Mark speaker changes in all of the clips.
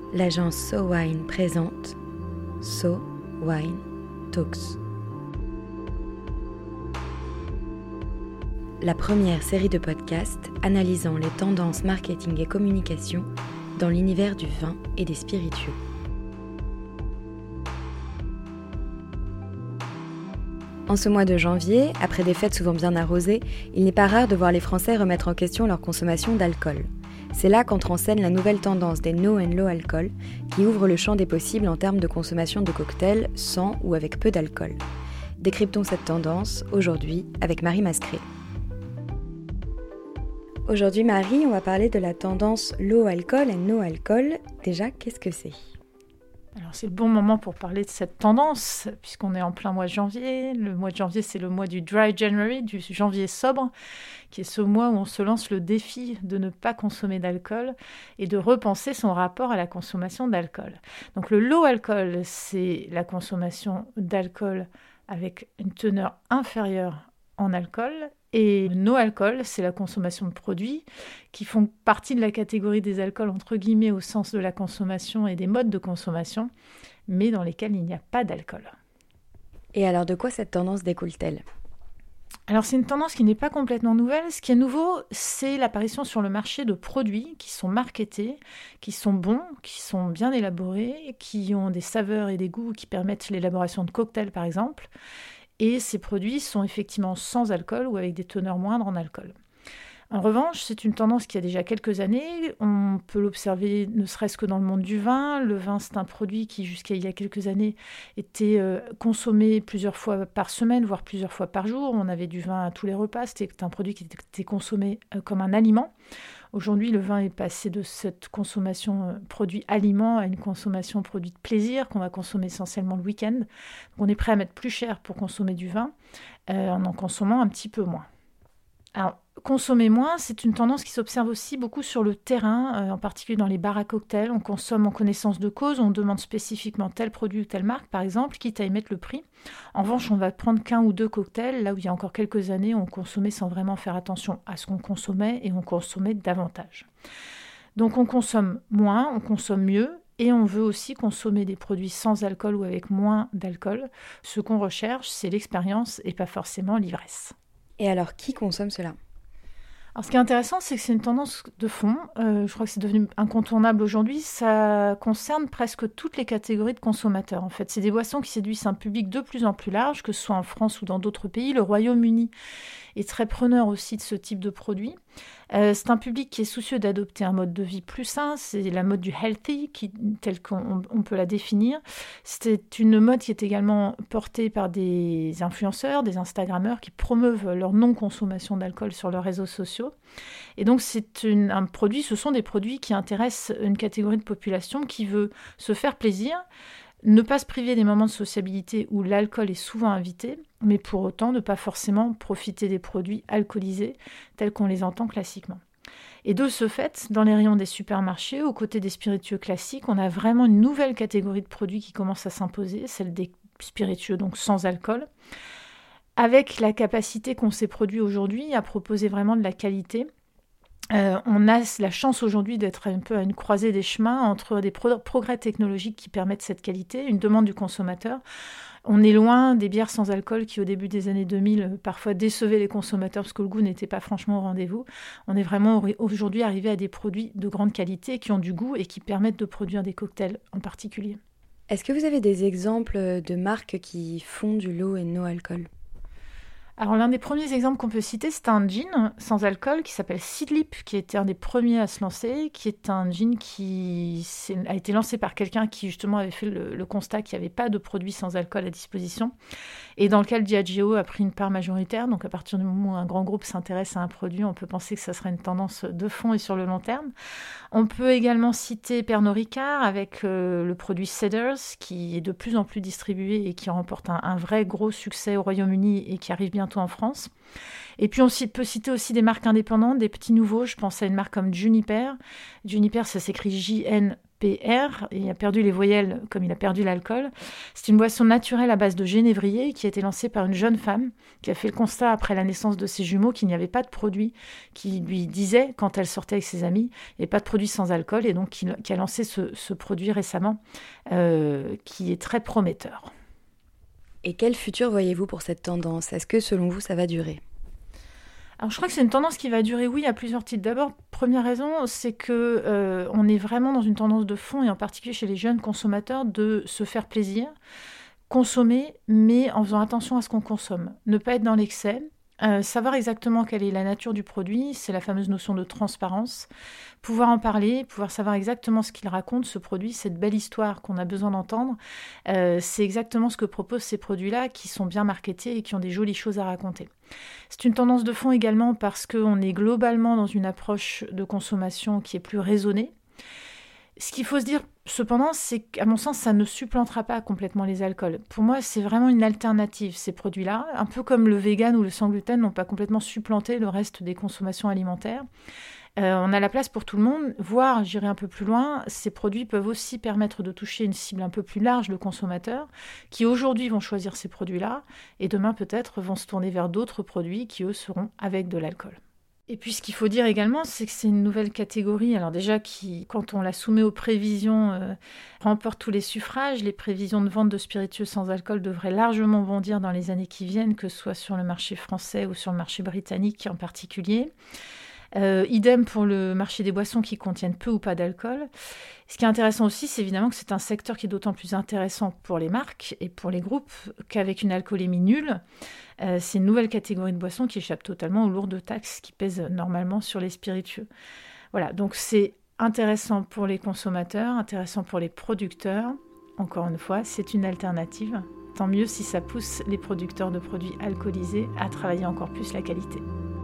Speaker 1: l'agence So Wine présente So Wine Talks. La première série de podcasts analysant les tendances marketing et communication dans l'univers du vin et des spiritueux. En ce mois de janvier, après des fêtes souvent bien arrosées, il n'est pas rare de voir les Français remettre en question leur consommation d'alcool. C'est là qu'entre en scène la nouvelle tendance des no and low alcool, qui ouvre le champ des possibles en termes de consommation de cocktails sans ou avec peu d'alcool. Décryptons cette tendance aujourd'hui avec Marie Mascret. Aujourd'hui Marie, on va parler de la tendance low alcool et no alcool. Déjà, qu'est-ce que c'est ?
Speaker 2: Alors c'est le bon moment pour parler de cette tendance, puisqu'on est en plein mois de janvier. Le mois de janvier, c'est le mois du Dry January, du janvier sobre, qui est ce mois où on se lance le défi de ne pas consommer d'alcool et de repenser son rapport à la consommation d'alcool. Donc le low alcool, c'est la consommation d'alcool avec une teneur inférieure en alcool. Et no alcool, c'est la consommation de produits qui font partie de la catégorie des alcools entre guillemets au sens de la consommation et des modes de consommation, mais dans lesquels il n'y a pas d'alcool.
Speaker 1: Et alors de quoi cette tendance découle-t-elle ?
Speaker 2: Alors c'est une tendance qui n'est pas complètement nouvelle. Ce qui est nouveau, c'est l'apparition sur le marché de produits qui sont marketés, qui sont bons, qui sont bien élaborés, qui ont des saveurs et des goûts qui permettent l'élaboration de cocktails par exemple. Et ces produits sont effectivement sans alcool ou avec des teneurs moindres en alcool. En revanche, c'est une tendance qui a déjà quelques années. On peut l'observer ne serait-ce que dans le monde du vin. Le vin, c'est un produit qui, jusqu'à il y a quelques années, était consommé plusieurs fois par semaine, voire plusieurs fois par jour. On avait du vin à tous les repas. C'était un produit qui était consommé comme un aliment. Aujourd'hui, le vin est passé de cette consommation produit aliment à une consommation produit de plaisir qu'on va consommer essentiellement le week-end. Donc, on est prêt à mettre plus cher pour consommer du vin en consommant un petit peu moins. Alors, consommer moins, c'est une tendance qui s'observe aussi beaucoup sur le terrain, en particulier dans les bars à cocktails. On consomme en connaissance de cause, on demande spécifiquement tel produit ou telle marque, par exemple, quitte à y mettre le prix. En revanche, on va prendre qu'un ou deux cocktails, là où il y a encore quelques années, on consommait sans vraiment faire attention à ce qu'on consommait et on consommait davantage. Donc on consomme moins, on consomme mieux, et on veut aussi consommer des produits sans alcool ou avec moins d'alcool. Ce qu'on recherche, c'est l'expérience et pas forcément l'ivresse.
Speaker 1: Et alors, qui consomme cela ?
Speaker 2: Alors, ce qui est intéressant, c'est que c'est une tendance de fond. Je crois que c'est devenu incontournable aujourd'hui. Ça concerne presque toutes les catégories de consommateurs. En fait, c'est des boissons qui séduisent un public de plus en plus large, que ce soit en France ou dans d'autres pays. Le Royaume-Uni est très preneur aussi de ce type de produit. C'est un public qui est soucieux d'adopter un mode de vie plus sain. C'est la mode du healthy, telle qu'on peut la définir. C'est une mode qui est également portée par des influenceurs, des Instagrammeurs qui promeuvent leur non-consommation d'alcool sur leurs réseaux sociaux. Et donc, ce sont des produits qui intéressent une catégorie de population qui veut se faire plaisir, ne pas se priver des moments de sociabilité où l'alcool est souvent invité, mais pour autant ne pas forcément profiter des produits alcoolisés tels qu'on les entend classiquement. Et de ce fait, dans les rayons des supermarchés, aux côtés des spiritueux classiques, on a vraiment une nouvelle catégorie de produits qui commence à s'imposer, celle des spiritueux donc sans alcool, avec la capacité qu'ont ces produits aujourd'hui à proposer vraiment de la qualité. On a la chance aujourd'hui d'être un peu à une croisée des chemins entre des progrès technologiques qui permettent cette qualité, une demande du consommateur. On est loin des bières sans alcool qui, au début des années 2000, parfois décevaient les consommateurs parce que le goût n'était pas franchement au rendez-vous. On est vraiment aujourd'hui arrivé à des produits de grande qualité qui ont du goût et qui permettent de produire des cocktails en particulier.
Speaker 1: Est-ce que vous avez des exemples de marques qui font du low et no alcool ?
Speaker 2: Alors l'un des premiers exemples qu'on peut citer, c'est un gin sans alcool qui s'appelle Seedlip, qui était un des premiers à se lancer, qui est un gin qui a été lancé par quelqu'un qui justement avait fait le constat qu'il n'y avait pas de produits sans alcool à disposition, et dans lequel Diageo a pris une part majoritaire. Donc à partir du moment où un grand groupe s'intéresse à un produit, on peut penser que ça sera une tendance de fond et sur le long terme. On peut également citer Pernod Ricard avec le produit Cedars, qui est de plus en plus distribué et qui remporte un vrai gros succès au Royaume-Uni et qui arrive bientôt en France. Et puis on peut citer aussi des marques indépendantes, des petits nouveaux. Je pense à une marque comme Juniper. Juniper, ça s'écrit J-N PR, il a perdu les voyelles comme il a perdu l'alcool. C'est une boisson naturelle à base de genévrier qui a été lancée par une jeune femme qui a fait le constat après la naissance de ses jumeaux qu'il n'y avait pas de produit, qui lui disait quand elle sortait avec ses amis, il n'y avait pas de produit sans alcool, et donc qui a lancé ce produit récemment qui est très prometteur.
Speaker 1: Et quel futur voyez-vous pour cette tendance ? Est-ce que selon vous ça va durer ?
Speaker 2: Alors, je crois que c'est une tendance qui va durer, oui, à plusieurs titres. D'abord, première raison, c'est que on est vraiment dans une tendance de fond, et en particulier chez les jeunes consommateurs, de se faire plaisir, consommer, mais en faisant attention à ce qu'on consomme. Ne pas être dans l'excès, savoir exactement quelle est la nature du produit, c'est la fameuse notion de transparence. Pouvoir en parler, pouvoir savoir exactement ce qu'il raconte, ce produit, cette belle histoire qu'on a besoin d'entendre. C'est exactement ce que proposent ces produits-là, qui sont bien marketés et qui ont des jolies choses à raconter. C'est une tendance de fond également parce qu'on est globalement dans une approche de consommation qui est plus raisonnée. Ce qu'il faut se dire cependant, c'est qu'à mon sens, ça ne supplantera pas complètement les alcools. Pour moi, c'est vraiment une alternative, ces produits-là. Un peu comme le vegan ou le sans gluten n'ont pas complètement supplanté le reste des consommations alimentaires. On a la place pour tout le monde, voire, j'irai un peu plus loin, ces produits peuvent aussi permettre de toucher une cible un peu plus large de consommateurs qui aujourd'hui vont choisir ces produits-là et demain peut-être vont se tourner vers d'autres produits qui eux seront avec de l'alcool. Et puis ce qu'il faut dire également, c'est que c'est une nouvelle catégorie, alors déjà qui, quand on la soumet aux prévisions, remporte tous les suffrages. Les prévisions de vente de spiritueux sans alcool devraient largement bondir dans les années qui viennent, que ce soit sur le marché français ou sur le marché britannique en particulier. Idem pour le marché des boissons qui contiennent peu ou pas d'alcool. Ce qui est intéressant aussi, c'est évidemment que c'est un secteur qui est d'autant plus intéressant pour les marques et pour les groupes qu'avec une alcoolémie nulle, c'est une nouvelle catégorie de boissons qui échappe totalement aux lourdes taxes qui pèsent normalement sur les spiritueux. Voilà, donc c'est intéressant pour les consommateurs, intéressant pour les producteurs. Encore une fois, c'est une alternative. Tant mieux si ça pousse les producteurs de produits alcoolisés à travailler encore plus la qualité.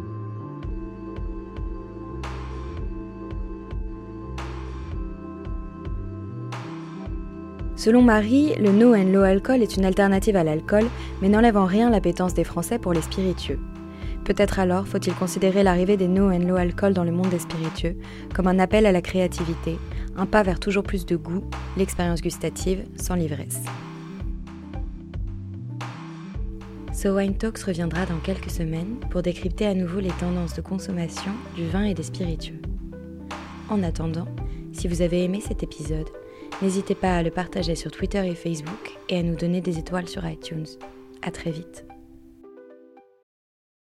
Speaker 1: Selon Marie, le no and low alcohol est une alternative à l'alcool, mais n'enlève en rien l'appétence des Français pour les spiritueux. Peut-être alors faut-il considérer l'arrivée des no and low alcohol dans le monde des spiritueux comme un appel à la créativité, un pas vers toujours plus de goût, l'expérience gustative sans l'ivresse. So Wine Talks reviendra dans quelques semaines pour décrypter à nouveau les tendances de consommation du vin et des spiritueux. En attendant, si vous avez aimé cet épisode, n'hésitez pas à le partager sur Twitter et Facebook et à nous donner des étoiles sur iTunes. À très vite.